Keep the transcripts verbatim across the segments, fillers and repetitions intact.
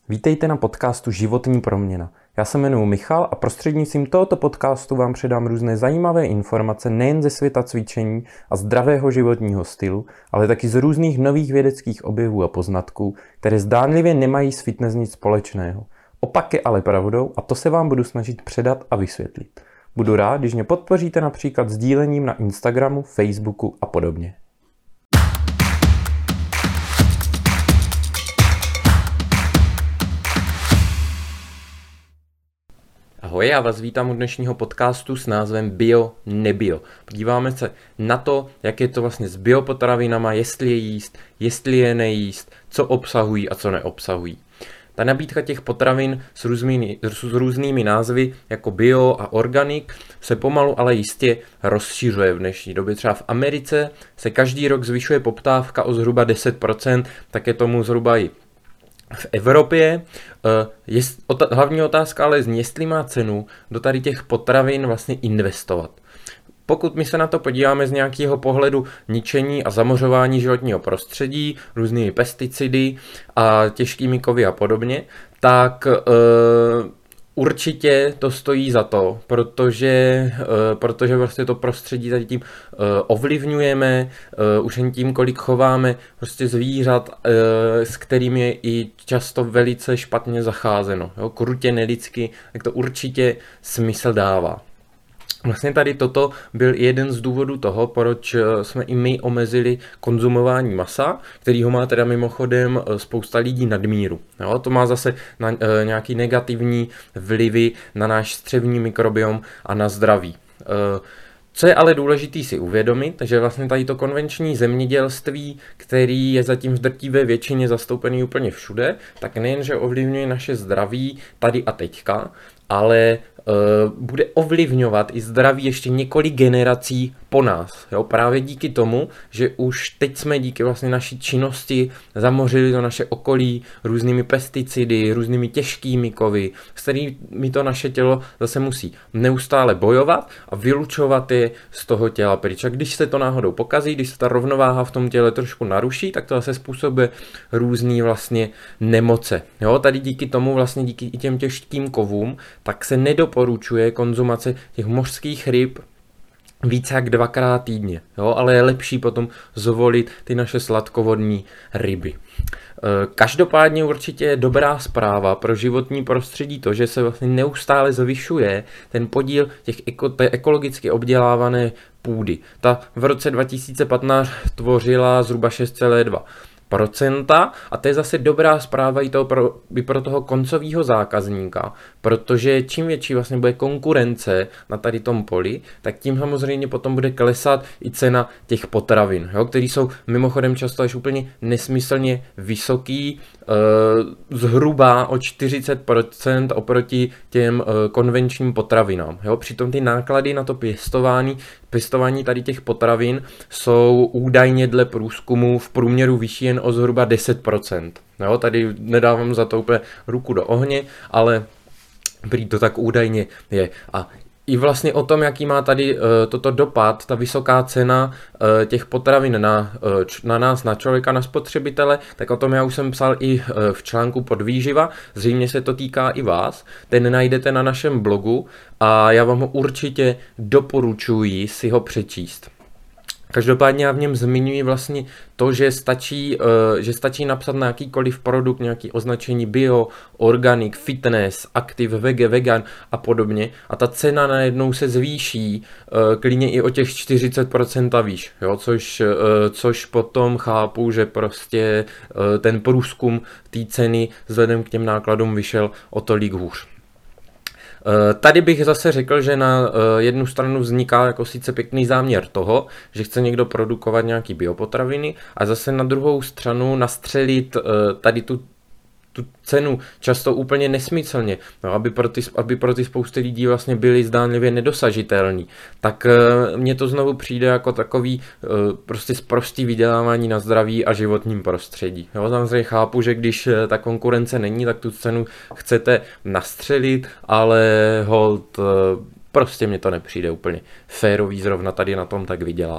Vítejte na podcastu Životní proměna. Já se jmenuji Michal a prostřednictvím tohoto podcastu vám předám různé zajímavé informace nejen ze světa cvičení a zdravého životního stylu, ale taky z různých nových vědeckých objevů a poznatků, které zdánlivě nemají s fitness nic společného. Opak je ale pravdou a to se vám budu snažit předat a vysvětlit. Budu rád, když mě podpoříte například sdílením na Instagramu, Facebooku a podobně. Ahoj, já vás vítám u dnešního podcastu s názvem Bio, nebio. Podíváme se na to, jak je to vlastně s biopotravinama, jestli je jíst, jestli je nejíst, co obsahují a co neobsahují. Ta nabídka těch potravin s různými, s různými názvy jako bio a organic se pomalu ale jistě rozšiřuje v dnešní době. Třeba v Americe se každý rok zvyšuje poptávka o zhruba deset procent, tak je tomu zhruba i v Evropě. Je, hlavní otázka ale zní, jestli má cenu do tady těch potravin vlastně investovat. Pokud my se na to podíváme z nějakého pohledu ničení a zamořování životního prostředí, různými pesticidy a těžkými kovy a podobně, tak e, určitě to stojí za to, protože, e, protože vlastně to prostředí tady tím e, ovlivňujeme, e, už jen tím, kolik chováme prostě zvířat, e, s kterými je i často velice špatně zacházeno, jo, krutě nelidsky, tak to určitě smysl dává. Vlastně tady toto byl jeden z důvodů toho, proč jsme i my omezili konzumování masa, kterýho má teda mimochodem spousta lidí nadmíru. Jo, to má zase na, e, nějaký negativní vlivy na náš střevní mikrobiom a na zdraví. E, Co je ale důležitý si uvědomit, že vlastně tady to konvenční zemědělství, který je zatím v drtivé většině zastoupený úplně všude, tak nejenže ovlivňuje naše zdraví tady a teďka, ale Uh, bude ovlivňovat i zdraví ještě několik generací po nás. Jo? Právě díky tomu, že už teď jsme díky vlastně naší činnosti zamořili to naše okolí různými pesticidy, různými těžkými kovy, s kterými to naše tělo zase musí neustále bojovat a vylučovat je z toho těla pryč. A když se to náhodou pokazí, když se ta rovnováha v tom těle trošku naruší, tak to zase způsobuje různý vlastně nemoce. Jo? Tady díky tomu vlastně díky i těm těžkým kovům, tak se nedoporučuje konzumace těch mořských ryb více jak dvakrát týdně, jo? Ale je lepší potom zvolit ty naše sladkovodní ryby. Každopádně určitě je dobrá zpráva pro životní prostředí to, že se vlastně neustále zvyšuje ten podíl těch eko, té ekologicky obdělávané půdy. Ta v roce dva tisíce patnáct tvořila zhruba šest celá dva procenta a to je zase dobrá zpráva i toho pro, i pro toho koncového zákazníka, protože čím větší vlastně bude konkurence na tady tom poli, tak tím samozřejmě potom bude klesat i cena těch potravin, jo, které jsou mimochodem často až úplně nesmyslně vysoký, e, zhruba o čtyřicet procent oproti těm e, konvenčním potravinám. Jo. Přitom ty náklady na to pěstování Pěstování tady těch potravin jsou údajně dle průzkumu v průměru vyšší jen o zhruba deset procent. Jo, tady nedávám za to úplně ruku do ohně, ale prý to tak údajně je. A i vlastně o tom, jaký má tady uh, toto dopad, ta vysoká cena uh, těch potravin na, uh, č- na nás, na člověka, na spotřebitele, tak o tom já už jsem psal i uh, v článku Podvýživa, zřejmě se to týká i vás, ten najdete na našem blogu a já vám ho určitě doporučuji si ho přečíst. Každopádně já v něm zmiňuji vlastně to, že stačí, uh, že stačí napsat na jakýkoliv produkt nějaký označení bio, organic, fitness, active, vege, vegan a podobně a ta cena najednou se zvýší uh, klidně i o těch čtyřicet procent a výš, jo? Což, uh, což potom chápu, že prostě uh, ten průzkum té ceny vzhledem k těm nákladům vyšel o tolik hůř. Tady bych zase řekl, že na jednu stranu vzniká jako sice pěkný záměr toho, že chce někdo produkovat nějaký biopotraviny a zase na druhou stranu nastřelit tady tu tu cenu často úplně nesmyslně, no, aby, pro ty, aby pro ty spousty lidí vlastně byly zdánlivě nedosažitelný, tak e, mně to znovu přijde jako takový e, prostě sprostý vydělávání na zdraví a životním prostředí. Jo, samozřejmě chápu, že když ta konkurence není, tak tu cenu chcete nastřelit, ale hold, e, prostě mně to nepřijde úplně férový zrovna tady na tom tak vydělávat.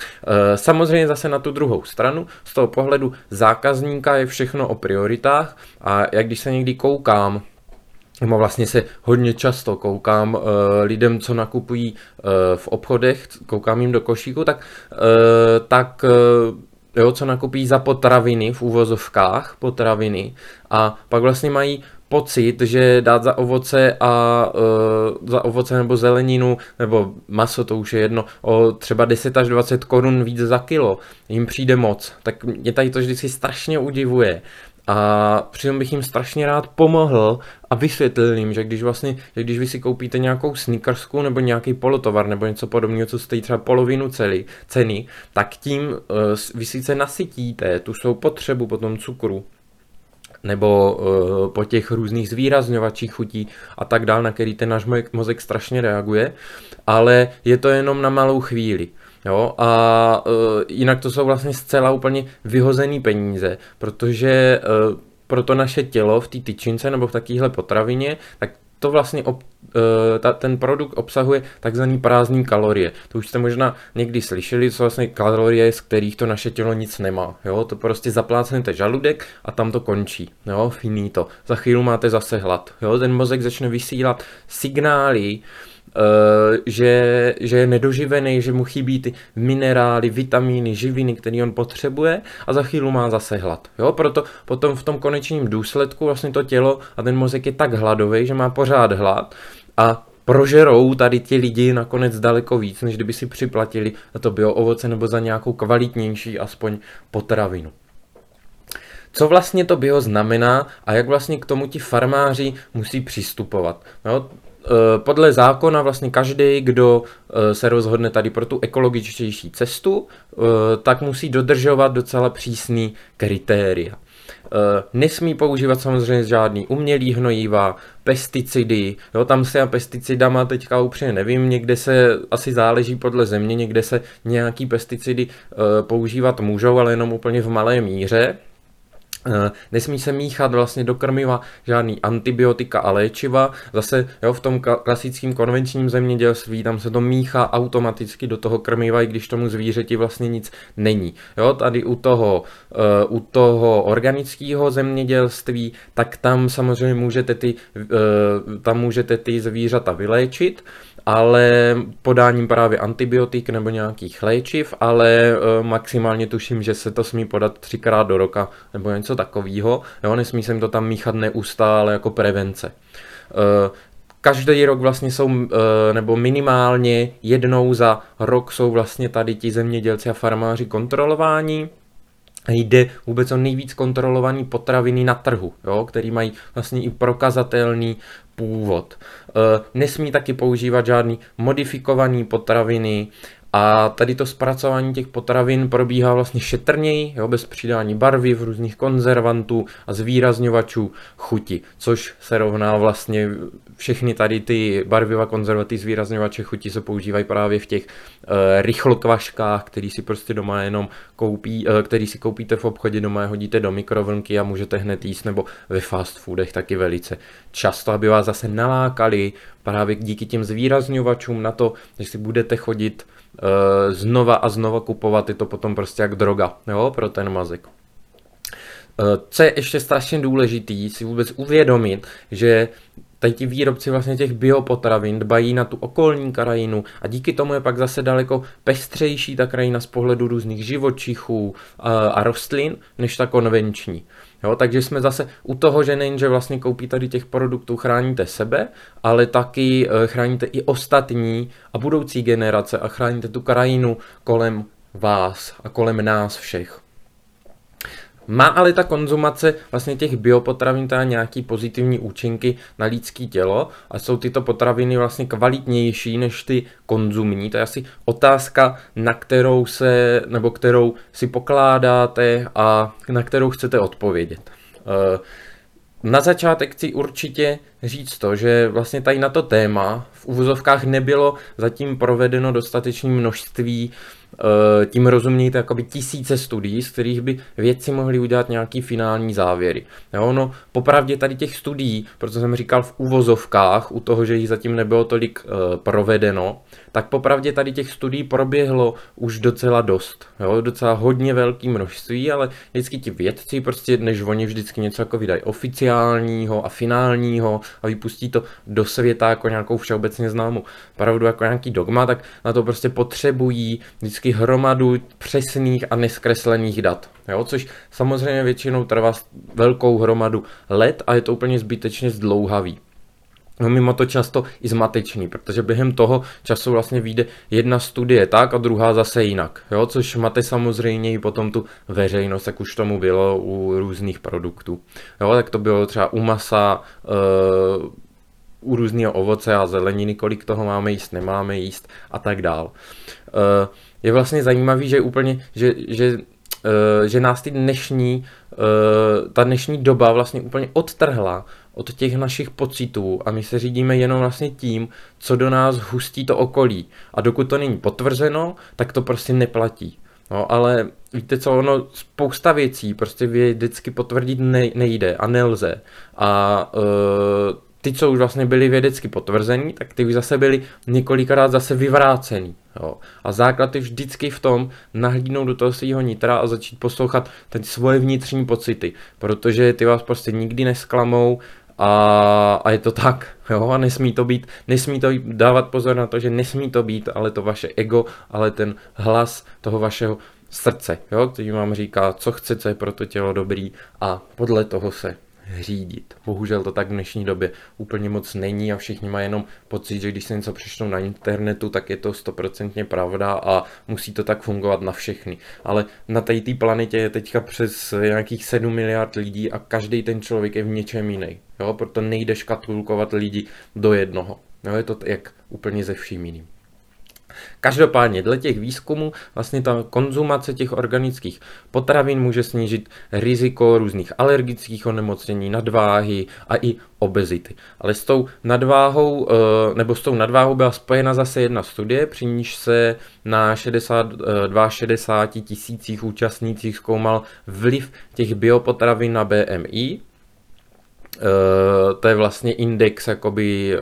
Samozřejmě zase na tu druhou stranu, z toho pohledu zákazníka je všechno o prioritách a jak když se někdy koukám, nebo vlastně se hodně často koukám uh, lidem, co nakupují uh, v obchodech, koukám jim do košíku, tak, uh, tak uh, jo, co nakupí za potraviny v úvozovkách, potraviny a pak vlastně mají pocit, že dát za ovoce a uh, za ovoce nebo zeleninu nebo maso, to už je jedno, o třeba deset až dvacet korun víc za kilo, jim přijde moc. Tak mě tady to vždycky strašně udivuje. A přitom bych jim strašně rád pomohl a vysvětlil jim, že když vlastně, že když vy si koupíte nějakou sneakersku nebo nějaký polotovar nebo něco podobného, co stojí třeba polovinu celý, ceny, tak tím uh, vy sice nasytíte tu svou potřebu po tom cukru, nebo uh, po těch různých zvýrazňovačích chutí a tak dál, na který ten náš mozek strašně reaguje, ale je to jenom na malou chvíli. Jo, a uh, jinak to jsou vlastně zcela úplně vyhozený peníze, protože uh, pro to naše tělo v té tyčince nebo v takovéhle potravině, tak to vlastně ob, uh, ta, ten produkt obsahuje takzvaný prázdný kalorie. To už jste možná někdy slyšeli, co vlastně kalorie, z kterých to naše tělo nic nemá. Jo, to prostě zaplácnete žaludek a tam to končí. Jo, finito. Za chvíli máte zase hlad. Jo, ten mozek začne vysílat signály, Uh, že, že je nedoživený, že mu chybí ty minerály, vitamíny, živiny, které on potřebuje a za chvíli má zase hlad. Jo? Proto potom v tom konečném důsledku vlastně to tělo a ten mozek je tak hladový, že má pořád hlad a prožerou tady ti lidi nakonec daleko víc, než kdyby si připlatili za to bio ovoce nebo za nějakou kvalitnější aspoň potravinu. Co vlastně to bio znamená a jak vlastně k tomu ti farmáři musí přistupovat? Jo? Podle zákona vlastně každý, kdo se rozhodne tady pro tu ekologičtější cestu, tak musí dodržovat docela přísný kritéria. Nesmí používat samozřejmě žádný umělý hnojiva, pesticidy, jo, tam se a pesticidama teďka upřímně nevím, někde se asi záleží podle země, někde se nějaký pesticidy používat můžou, ale jenom úplně v malé míře. Nesmí se míchat vlastně do krmiva žádný antibiotika a léčiva. Zase jo, v tom klasickém konvenčním zemědělství tam se to míchá automaticky do toho krmiva, i když tomu zvířeti vlastně nic není. Jo, tady u toho, uh, u toho organického zemědělství, tak tam samozřejmě můžete ty, uh, tam můžete ty zvířata vyléčit, ale podáním právě antibiotik nebo nějakých léčiv, ale uh, maximálně tuším, že se to smí podat třikrát do roka nebo něco takového. Jo, nesmí se jim to tam míchat neustále jako prevence. Uh, Každý rok vlastně jsou, uh, nebo minimálně jednou za rok jsou vlastně tady ti zemědělci a farmáři kontrolováni. Jde vůbec o nejvíc kontrolovaný potraviny na trhu, jo, který mají vlastně i prokazatelný původ. E, nesmí taky používat žádný modifikovaný potraviny a tady to zpracování těch potravin probíhá vlastně šetrněji, jo, bez přidání barviv, různých konzervantů a zvýrazňovačů chuti, což se rovná vlastně všechny tady ty barviva, konzervaty, zvýrazňovače chuti se používají právě v těch e, rychlokvaškách, který si prostě doma jenom koupí, e, který si koupíte v obchodě, doma je hodíte do mikrovlnky a můžete hned jíst, nebo ve fast foodech taky velice často, aby vás zase nalákali právě díky těm zvýrazňovačům na to, že si budete chodit e, znova a znova kupovat, je to potom prostě jak droga, jo, pro ten mozek. E, co je ještě strašně důležitý, si vůbec uvědomit, že tady ti výrobci vlastně těch biopotravin dbají na tu okolní krajinu a díky tomu je pak zase daleko pestřejší ta krajina z pohledu různých živočichů a, a rostlin, než ta konvenční. Jo, takže jsme zase u toho, že nejen, že vlastně koupí tady těch produktů, chráníte sebe, ale taky e, chráníte i ostatní a budoucí generace a chráníte tu krajinu kolem vás a kolem nás všech. Má ale ta konzumace vlastně těch biopotravin teda nějaký pozitivní účinky na lidské tělo a jsou tyto potraviny vlastně kvalitnější než ty konzumní. To je asi otázka, na kterou se, nebo kterou si pokládáte a na kterou chcete odpovědět. Na začátek chci určitě říct to, že vlastně tady na to téma v uvozovkách nebylo zatím provedeno dostatečné množství tím rozumějte jakoby tisíce studií, z kterých by vědci mohli udělat nějaký finální závěry. Jo, no, popravdě tady těch studií, protože jsem říkal v uvozovkách, u toho, že jich zatím nebylo tolik e, provedeno, tak popravdě tady těch studií proběhlo už docela dost. Jo, docela hodně velké množství, ale vždycky ti vědci, prostě než oni vždycky něco jako vydají oficiálního a finálního a vypustí to do světa jako nějakou všeobecně známou pravdu, jako nějaký dogma, tak na to prostě potřebují vždycky hromadu přesných a neskreslených dat. Jo, což samozřejmě většinou trvá velkou hromadu let a je to úplně zbytečně zdlouhavý. No mimo to často i zmatečný, protože během toho času vlastně vyjde jedna studie tak a druhá zase jinak, jo, což máte samozřejmě i potom tu veřejnost, jak už tomu bylo u různých produktů. Jo, tak to bylo třeba u masa, uh, u různého ovoce a zeleniny, kolik toho máme jíst, nemáme jíst a tak dál. Uh, je vlastně zajímavý, že úplně, že, že Uh, že nás ty dnešní, uh, ta dnešní doba vlastně úplně odtrhla od těch našich pocitů a my se řídíme jenom vlastně tím, co do nás hustí to okolí. A dokud to není potvrzeno, tak to prostě neplatí. No, ale víte co, ono spousta věcí prostě vědecky potvrdit ne, nejde a nelze. A uh, ty, co už vlastně byly vědecky potvrzený, tak ty už zase byly několikrát zase vyvrácený. Jo. A základ je vždycky v tom nahlídnout do toho svého nitra a začít poslouchat ty svoje vnitřní pocity, protože ty vás prostě nikdy nesklamou a, a je to tak, jo, a nesmí to být, nesmí to být, dávat pozor na to, že nesmí to být, ale to vaše ego, ale ten hlas toho vašeho srdce, jo, který vám říká, co chce, co je pro to tělo dobrý a podle toho se řídit. Bohužel to tak v dnešní době úplně moc není a všichni mají jenom pocit, že když se něco přečtou na internetu, tak je to stoprocentně pravda a musí to tak fungovat na všechny. Ale na té planetě je teďka přes nějakých sedm miliard lidí a každý ten člověk je v něčem jiný. Jo? Proto nejde škatulkovat lidi do jednoho. Jo? Je to jak úplně ze vším jiným. Každopádně dle těch výzkumů vlastně ta konzumace těch organických potravin může snížit riziko různých alergických onemocnění, nadváhy a i obezity. Ale s tou nadváhou, nebo s tou nadváhou byla spojena zase jedna studie, při níž se na šedesát dva šedesát tisících účastnících zkoumal vliv těch biopotravin na B M I. To je vlastně index, jakoby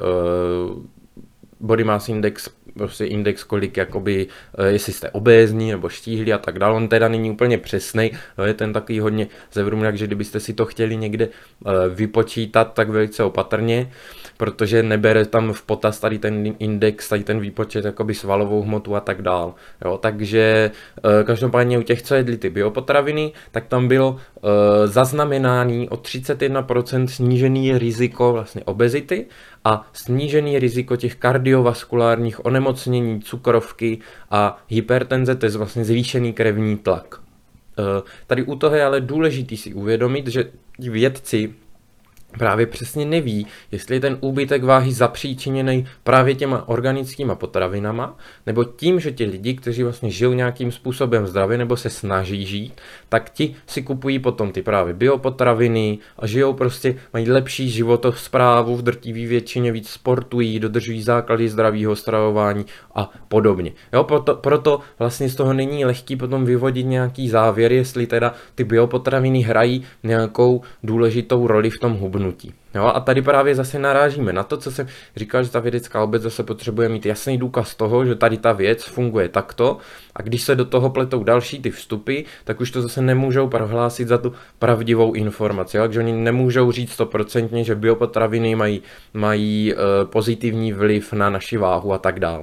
body mass index, prostě index, kolik jakoby, jestli jste obézní nebo štíhlí a tak dále. On teda není úplně přesnej, je ten takový hodně zevrubný, takže kdybyste si to chtěli někde vypočítat, tak velice opatrně, protože nebere tam v potaz tady ten index, tady ten výpočet jakoby svalovou hmotu a tak dál. Jo, takže každopádně u těch, co jedli ty biopotraviny, tak tam bylo zaznamenání o třicet jedna procent snížený riziko vlastně obezity a snížený riziko těch kardiovaskulárních onemocnění, cukrovky a hypertenze, to je vlastně zvýšený krevní tlak. Tady u toho je ale důležitý si uvědomit, že vědci právě přesně neví, jestli je ten úbytek váhy zapříčiněný právě těma organickýma potravinama, nebo tím, že ti lidi, kteří vlastně žijou nějakým způsobem zdravě nebo se snaží žít, tak ti si kupují potom ty právě biopotraviny a žijou prostě, mají lepší životosprávu, v drtivé většině víc sportují, dodržují základy zdravého stravování a podobně. Jo, proto, proto vlastně z toho není lehký potom vyvodit nějaký závěr, jestli teda ty biopotraviny hrají nějakou důležitou roli v tom hubnutí. Jo, a tady právě zase narážíme na to, co jsem říkal, že ta vědecká obec zase potřebuje mít jasný důkaz toho, že tady ta věc funguje takto a když se do toho pletou další ty vstupy, tak už to zase nemůžou prohlásit za tu pravdivou informaci. Jo? Takže oni nemůžou říct stoprocentně, že biopotraviny mají, mají uh, pozitivní vliv na naši váhu a tak dál.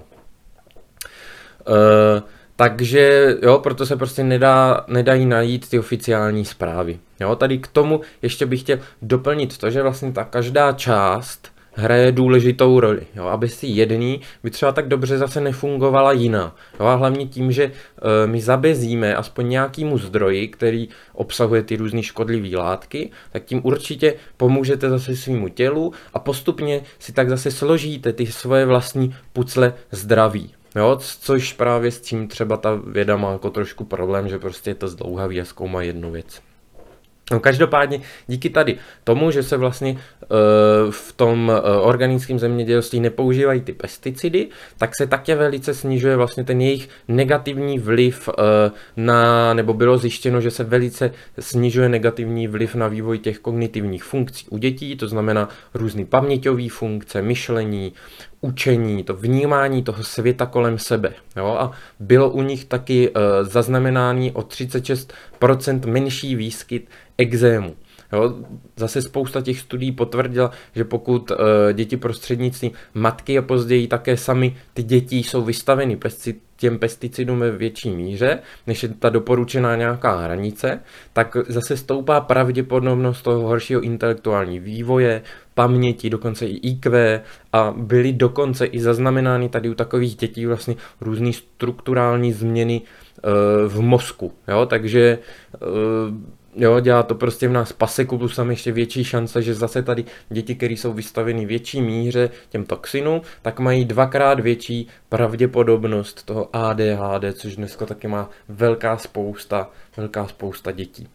Uh, Takže jo, proto se prostě nedá, nedají najít ty oficiální zprávy. Jo, tady k tomu ještě bych chtěl doplnit to, že vlastně ta každá část hraje důležitou roli. Jo, aby si jedný by třeba tak dobře zase nefungovala jiná. Jo, a hlavně tím, že e, my zabezíme aspoň nějakému zdroji, který obsahuje ty různé škodlivé látky, tak tím určitě pomůžete zase svýmu tělu a postupně si tak zase složíte ty svoje vlastní pucle zdraví. Jo, což právě s tím třeba ta věda má jako trošku problém, že prostě je to zdlouhavý a zkoumá jednu věc. No, každopádně díky tady tomu, že se vlastně e, v tom e, organickém zemědělství nepoužívají ty pesticidy, tak se také velice snižuje vlastně ten jejich negativní vliv e, na, nebo bylo zjištěno, že se velice snižuje negativní vliv na vývoj těch kognitivních funkcí u dětí, to znamená různý paměťové funkce, myšlení, učení, to vnímání toho světa kolem sebe. Jo? A bylo u nich taky e, zaznamenání o třicet šest procent menší výskyt ekzému. Jo? Zase spousta těch studií potvrdila, že pokud e, děti prostřednictvím matky a později také sami ty děti jsou vystaveny pesticid, těm pesticidům ve větší míře, než je ta doporučená nějaká hranice, tak zase stoupá pravděpodobnost toho horšího intelektuální vývoje, paměti, dokonce i í kvé a byly dokonce i zaznamenány tady u takových dětí vlastně různé strukturální změny e, v mozku. Jo? Takže e, jo, dělá to prostě v nás paseku, plus tam ještě větší šance, že zase tady děti, které jsou vystaveny větší míře těm toxinům, tak mají dvakrát větší pravděpodobnost toho á dé há dé, což dneska taky má velká spousta, velká spousta dětí.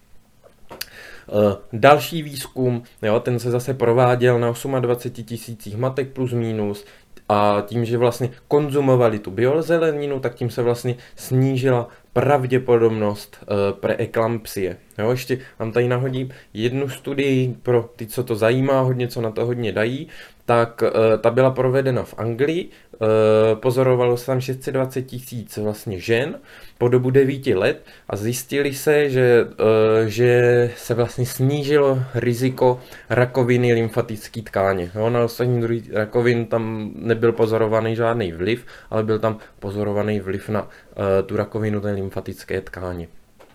Uh, další výzkum, jo, ten se zase prováděl na dvacet osm tisících matek plus minus a tím, že vlastně konzumovali tu biozeleninu, tak tím se vlastně snížila pravděpodobnost uh, preeklampsie. Jo, ještě vám tady nahodím jednu studii pro ty, co to zajímá, hodně co na to hodně dají, tak uh, ta byla provedena v Anglii, uh, pozorovalo se tam šest set dvacet tisíc vlastně žen po dobu devíti let a zjistili se, že, uh, že se vlastně snížilo riziko rakoviny lymfatické tkáně. Jo, na ostatní druhý rakovin tam nebyl pozorovaný žádný vliv, ale byl tam pozorovaný vliv na uh, tu rakovinu té lymfatické tkáně.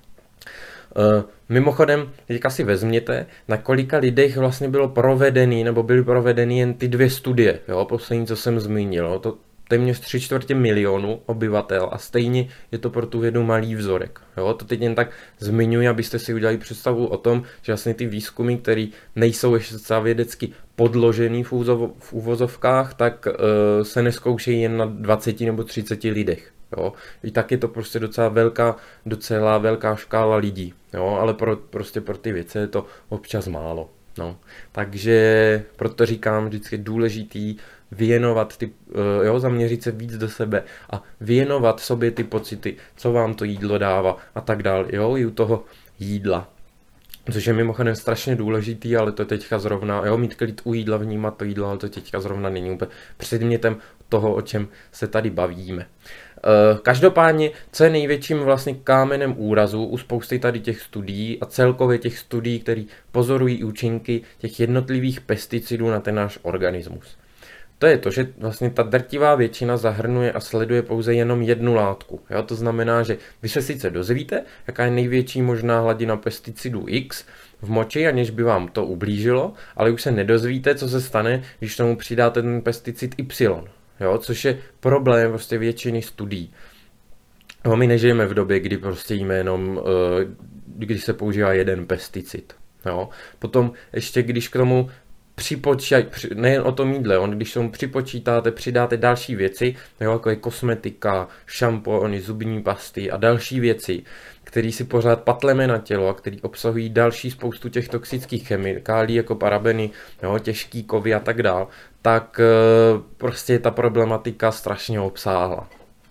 Uh, mimochodem, teďka si vezměte, na kolika lidech vlastně bylo provedený, nebo byly provedeny jen ty dvě studie, jo, poslední, co jsem zmínil, jo, to téměř tři čtvrtě milionu obyvatel a stejně je to pro tu vědu malý vzorek. Jo, to teď jen tak zmiňuji, abyste si udělali představu o tom, že vlastně ty výzkumy, které nejsou ještě docela vědecky podložený v, úzov, v uvozovkách, tak uh, se neskoušejí jen na dvaceti nebo třiceti lidech. Jo. I tak je to prostě docela velká, docela velká škála lidí, jo, ale pro, prostě pro ty věci je to občas málo. No. Takže proto říkám vždycky důležitý věnovat ty, jo, zaměřit se víc do sebe a věnovat sobě ty pocity, co vám to jídlo dává a tak dále, jo, i u toho jídla. Což je mimochodem strašně důležitý, ale to teďka zrovna, jo, mít klid u jídla, vnímat to jídlo, ale to teďka zrovna není úplně předmětem toho, o čem se tady bavíme. Každopádně, co je největším vlastně kámenem úrazu u spousty tady těch studií a celkově těch studií, které pozorují účinky těch jednotlivých pesticidů na ten náš organismus. To je to, že vlastně ta drtivá většina zahrnuje a sleduje pouze jenom jednu látku. Jo? To znamená, že vy se sice dozvíte, jaká je největší možná hladina pesticidů X v moči, aniž by vám to ublížilo, ale už se nedozvíte, co se stane, když tomu přidáte ten pesticid Y. Jo? Což je problém prostě většiny studií. No, my nežijeme v době, kdy prostě jíme jenom, když se používá jeden pesticid. Jo? Potom ještě když k tomu připočítaj, nejen o tom jídle, on, když tomu připočítáte, přidáte další věci, jo, jako je kosmetika, šampony, zubní pasty a další věci, které si pořád patleme na tělo a které obsahují další spoustu těch toxických chemikálií, jako parabeny, jo, těžký kovy a tak dál, tak e, prostě je ta problematika strašně obsáhla.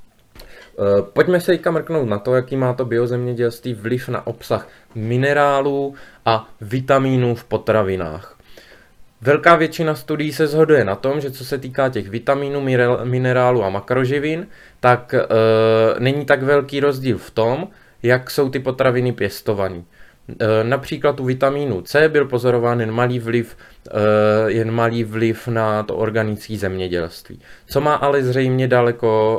E, pojďme se teďka mrknout na to, jaký má to biozemědělství vliv na obsah minerálů a vitamínů v potravinách. Velká většina studií se shoduje na tom, že co se týká těch vitamínů, minerálů a makroživin, tak e, není tak velký rozdíl v tom, jak jsou ty potraviny pěstované. E, například u vitamínu C byl pozorován jen malý vliv, e, jen malý vliv na to organické zemědělství. Co má ale zřejmě daleko,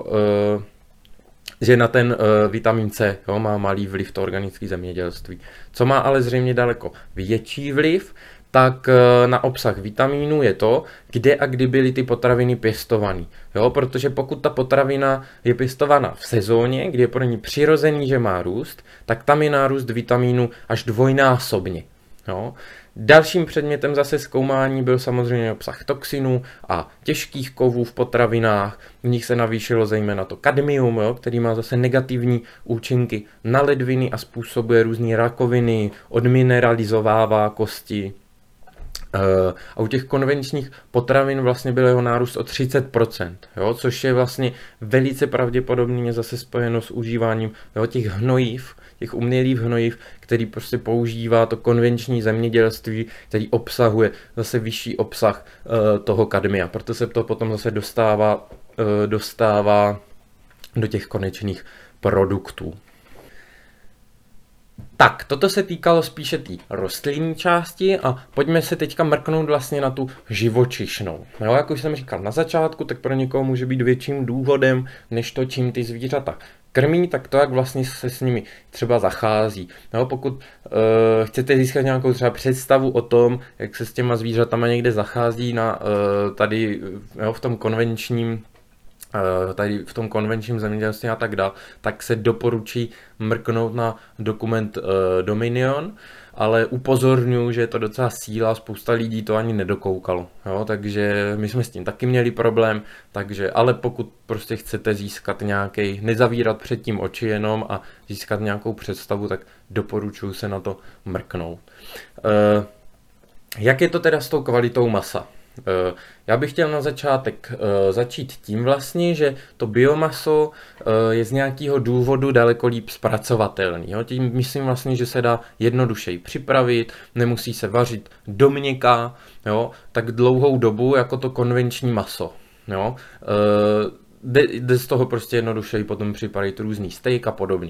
e, že na ten e, vitamin C, jo, má malý vliv to organické zemědělství. Co má ale zřejmě daleko větší vliv, tak na obsah vitamínů je to, kde a kdy byly ty potraviny pěstované. Jo, protože pokud ta potravina je pěstovaná v sezóně, kdy je pro ní přirozený, že má růst, tak tam je nárůst vitamínů až dvojnásobně. Jo. Dalším předmětem zase zkoumání byl samozřejmě obsah toxinů a těžkých kovů v potravinách. V nich se navýšilo zejména to kadmium, jo, který má zase negativní účinky na ledviny a způsobuje různé rakoviny, odmineralizovává kosti. A u těch konvenčních potravin vlastně byl jeho nárůst o třicet procent, jo, což je vlastně velice pravděpodobně zase spojeno s užíváním, jo, těch hnojiv, těch umělých hnojiv, který prostě používá to konvenční zemědělství, který obsahuje zase vyšší obsah uh, toho kadmia. Proto se to potom zase dostává, uh, dostává do těch konečných produktů. Tak, toto se týkalo spíše té rostlinné části a pojďme se teďka mrknout vlastně na tu živočišnou. Jo, jak už jsem říkal na začátku, tak pro někoho může být větším důvodem, než to, čím ty zvířata krmí, tak to, jak vlastně se s nimi třeba zachází. Jo, pokud uh, chcete získat nějakou třeba představu o tom, jak se s těma zvířatama někde zachází na, uh, tady jo, v tom konvenčním tady v tom konvenčním zemědělství a tak dále, tak se doporučí mrknout na dokument uh, Dominion, ale upozorňuji, že je to docela síla, spousta lidí to ani nedokoukalo, jo? Takže my jsme s tím taky měli problém, takže, ale pokud prostě chcete získat nějaký, nezavírat předtím oči jenom a získat nějakou představu, tak doporučuji se na to mrknout. Uh, jak je to teda s tou kvalitou masa? Já bych chtěl na začátek začít tím vlastně, že to biomaso je z nějakého důvodu daleko líp zpracovatelný. Jo? Tím myslím vlastně, že se dá jednodušeji připravit, nemusí se vařit do měkká, jo? Tak dlouhou dobu jako to konvenční maso. Jo? Jde, jde z toho prostě jednodušeji potom připravit různý steak a podobně.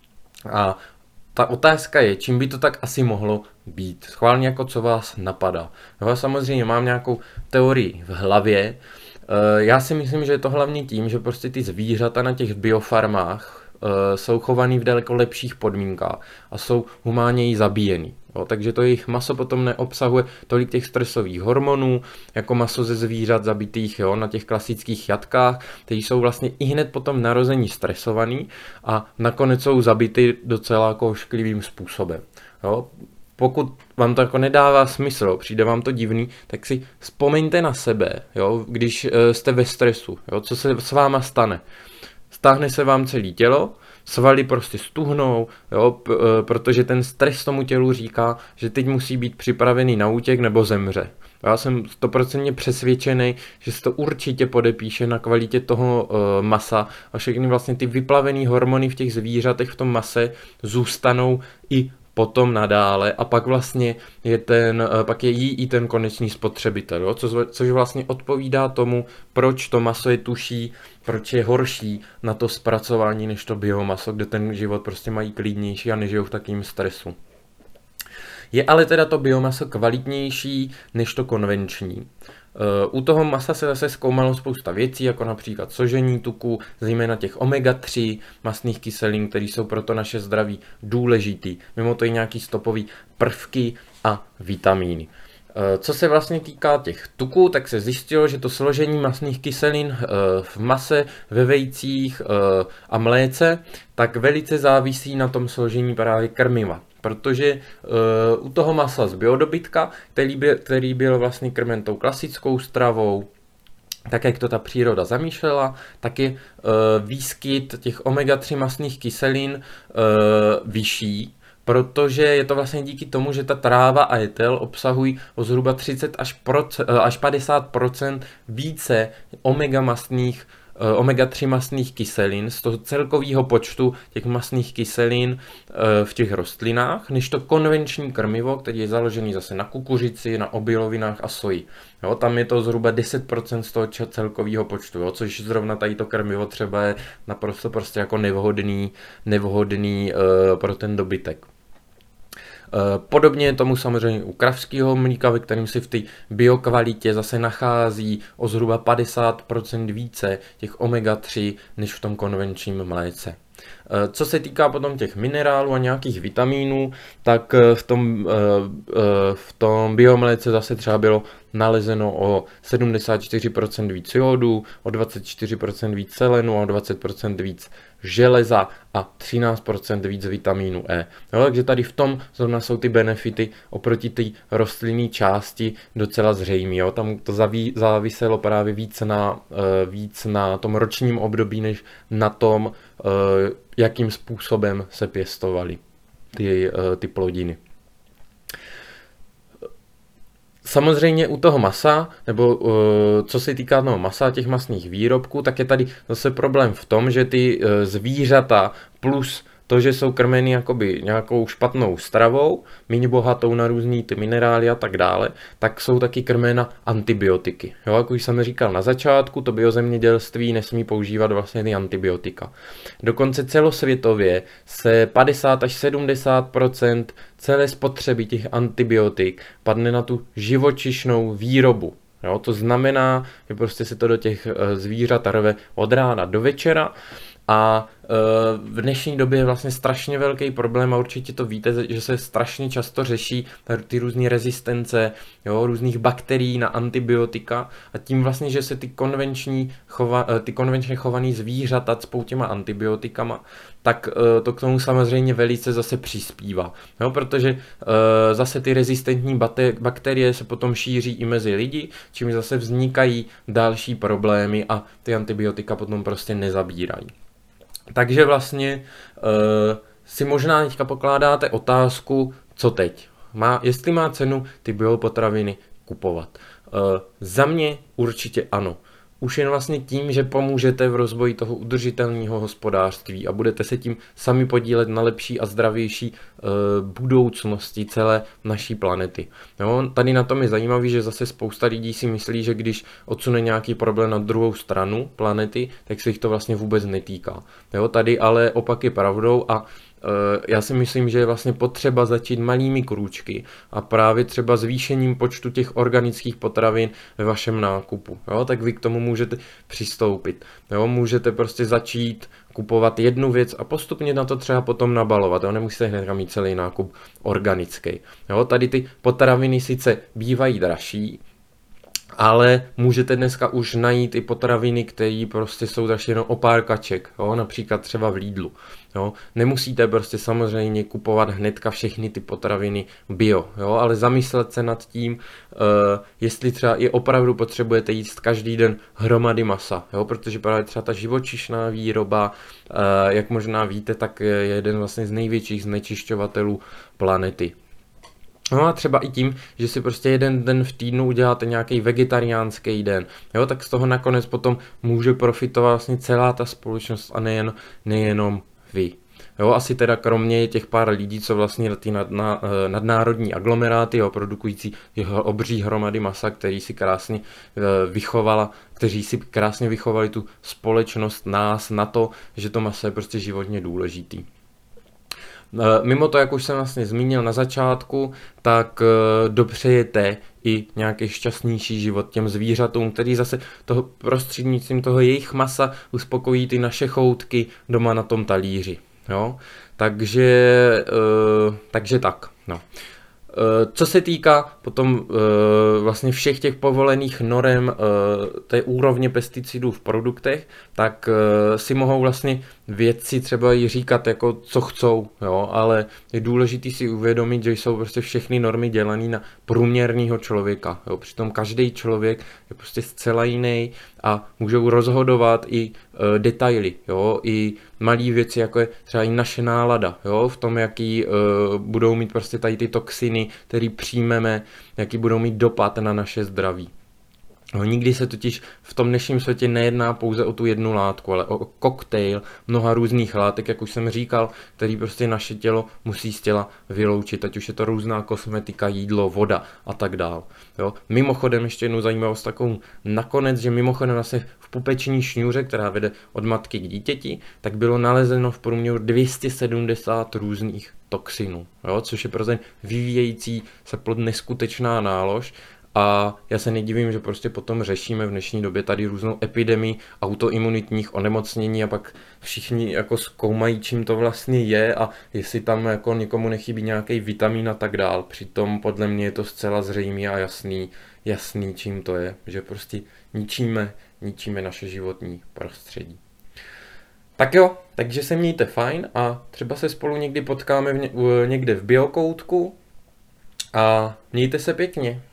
A ta otázka je, čím by to tak asi mohlo být. Schválně jako co vás napadá. Já samozřejmě mám nějakou teorii v hlavě. Já si myslím, že je to hlavně tím, že prostě ty zvířata na těch biofarmách jsou chovaný v daleko lepších podmínkách a jsou humánněji zabíjený. Jo, takže to jejich maso potom neobsahuje tolik těch stresových hormonů, jako maso ze zvířat zabitých, jo, na těch klasických jatkách, kteří jsou vlastně i hned potom narození stresovaný a nakonec jsou zabity docela jako ošklivým způsobem. Jo. Pokud vám to jako nedává smysl, přijde vám to divný, tak si vzpomeňte na sebe, jo, když e, jste ve stresu, jo, co se s váma stane. Stáhne se vám celé tělo, svaly prostě stuhnou, jo, p- protože ten stres tomu tělu říká, že teď musí být připravený na útěk nebo zemře. Já jsem stoprocentně přesvědčený, že se to určitě podepíše na kvalitě toho uh, masa a všechny vlastně ty vyplavené hormony v těch zvířatech v tom mase zůstanou i potom nadále a pak vlastně je ten, pak je jí i ten konečný spotřebitel, jo? Co, což vlastně odpovídá tomu, proč to maso je tuší, proč je horší na to zpracování než to biomaso, kde ten život prostě mají klidnější a nežijou v takovým stresu. Je ale teda to biomaso kvalitnější než to konvenční. U toho masa se zase zkoumalo spousta věcí, jako například složení tuku, zejména těch omega tři mastných kyselin, které jsou pro to naše zdraví důležitý. Mimo to i nějaký stopový prvky a vitamíny. Co se vlastně týká těch tuků, tak se zjistilo, že to složení mastných kyselin v mase, ve vejcích a mléce, tak velice závisí na tom složení právě krmiva. Protože uh, u toho masa z biodobytka, který byl, který byl vlastně krmen tou klasickou stravou, tak jak to ta příroda zamýšlela, tak je uh, výskyt těch omega tři mastných kyselin uh, vyšší, protože je to vlastně díky tomu, že ta tráva a jetel obsahují o zhruba třicet až padesát procent více omega mastných omega tři mastných kyselin z toho celkového počtu těch mastných kyselin v těch rostlinách, než to konvenční krmivo, který je založený zase na kukuřici, na obilovinách a soji. Jo, tam je to zhruba deset procent z toho celkového počtu, jo, což zrovna tady to krmivo třeba je naprosto prostě jako nevhodný, nevhodný uh, pro ten dobytek. Podobně je tomu samozřejmě u kravského mlíka, ve kterém si v té biokvalitě zase nachází o zhruba padesát procent více těch omega tři než v tom konvenčním mléce. Co se týká potom těch minerálů a nějakých vitamínů, tak v tom, v tom biomléce zase třeba bylo nalezeno o sedmdesát čtyři procent víc jodu, o dvacet čtyři procent víc selenu a o dvacet procent víc železa a třináct procent víc vitamínu E. Jo, takže tady v tom zrovna jsou ty benefity oproti té rostlinné části docela zřejmé. Jo. Tam to zaví, záviselo právě víc na, víc na tom ročním období, než na tom, jakým způsobem se pěstovaly ty, ty plodiny. Samozřejmě u toho masa, nebo uh, co se týká toho masa, těch masných výrobků, tak je tady zase problém v tom, že ty uh, zvířata plus to, že jsou krmeny jakoby nějakou špatnou stravou, méně bohatou na různý ty minerály a tak dále, tak jsou taky krmena antibiotiky. Jo, jak už jsem říkal na začátku, to biozemědělství nesmí používat vlastně ty antibiotika. Dokonce celosvětově se padesát až sedmdesát procent celé spotřeby těch antibiotik padne na tu živočišnou výrobu. Jo, to znamená, že prostě se to do těch zvířat rve od rána do večera. A v dnešní době je vlastně strašně velký problém a určitě to víte, že se strašně často řeší ty různé rezistence, jo, různých bakterií na antibiotika a tím vlastně, že se ty konvenční chova, ty konvenčně chovaný zvířata cpou těma antibiotikama, tak to k tomu samozřejmě velice zase přispívá, jo, protože zase ty rezistentní bakterie se potom šíří i mezi lidi, čím zase vznikají další problémy a ty antibiotika potom prostě nezabírají. Takže vlastně uh, si možná teďka pokládáte otázku, co teď? Má, jestli má cenu ty biopotraviny kupovat? Uh, za mě určitě ano. Už jen vlastně tím, že pomůžete v rozvoji toho udržitelného hospodářství a budete se tím sami podílet na lepší a zdravější uh, budoucnosti celé naší planety. Jo, tady na tom je zajímavý, že zase spousta lidí si myslí, že když odsune nějaký problém na druhou stranu planety, tak se jich to vlastně vůbec netýká. Jo, tady ale opak je pravdou a já si myslím, že je vlastně potřeba začít malými krůčky a právě třeba zvýšením počtu těch organických potravin ve vašem nákupu. Jo? Tak vy k tomu můžete přistoupit. Jo? Můžete prostě začít kupovat jednu věc a postupně na to třeba potom nabalovat. Jo? Nemusíte hned mít celý nákup organický. Jo? Tady ty potraviny sice bývají dražší, ale můžete dneska už najít i potraviny, které prostě jsou dražší jenom o pár kaček, jo? Například třeba v Lidlu. Jo? Nemusíte prostě samozřejmě kupovat hnedka všechny ty potraviny bio, jo? Ale zamyslet se nad tím, uh, jestli třeba i opravdu potřebujete jíst každý den hromady masa, jo? Protože právě třeba ta živočišná výroba, uh, jak možná víte, tak je jeden vlastně z největších znečišťovatelů planety. No a třeba i tím, že si prostě jeden den v týdnu uděláte nějaký vegetariánský den, jo, tak z toho nakonec potom může profitovat vlastně celá ta společnost a nejen, nejenom vy. Jo, asi teda kromě těch pár lidí, co vlastně ty nad, na, nadnárodní aglomeráty, jo, produkující jeho obří hromady masa, který si krásně vychovala, kteří si krásně vychovali tu společnost, nás na to, že to maso je prostě životně důležitý. Mimo to, jak už jsem vlastně zmínil na začátku, tak dopřejete i nějaký šťastnější život těm zvířatům, který zase toho prostřednictvím toho jejich masa uspokojí ty naše choutky doma na tom talíři. Jo? Takže, takže tak. No. Co se týká potom vlastně všech těch povolených norem té úrovně pesticidů v produktech, tak si mohou vlastně vědci třeba i říkat, jako co chcou, jo? Ale je důležité si uvědomit, že jsou prostě všechny normy dělané na průměrného člověka. Jo? Přitom každý člověk je prostě zcela jiný a můžou rozhodovat i e, detaily, jo? I malé věci, jako je třeba i naše nálada, jo? V tom, jaký e, budou mít prostě tady ty toxiny, které přijmeme, jaký budou mít dopad na naše zdraví. No, nikdy se totiž v tom dnešním světě nejedná pouze o tu jednu látku, ale o koktejl mnoha různých látek, jak už jsem říkal, který prostě naše tělo musí z těla vyloučit, ať už je to různá kosmetika, jídlo, voda a tak dál. Jo? Mimochodem ještě jednu zajímavost takovou nakonec, že mimochodem vlastně v pupeční šňůře, která vede od matky k dítěti, tak bylo nalezeno v průměru dvě stě sedmdesát různých toxinů, jo? Což je pro ten vyvíjející se plod neskutečná nálož. A já se nedivím, že prostě potom řešíme v dnešní době tady různou epidemii autoimunitních onemocnění a pak všichni jako zkoumají, čím to vlastně je a jestli tam jako někomu nechybí nějaký vitamin a tak dál. Přitom podle mě je to zcela zřejmý a jasný, jasný, čím to je, že prostě ničíme, ničíme naše životní prostředí. Tak jo, takže se mějte fajn a třeba se spolu někdy potkáme v ně, někde v Biokoutku a mějte se pěkně.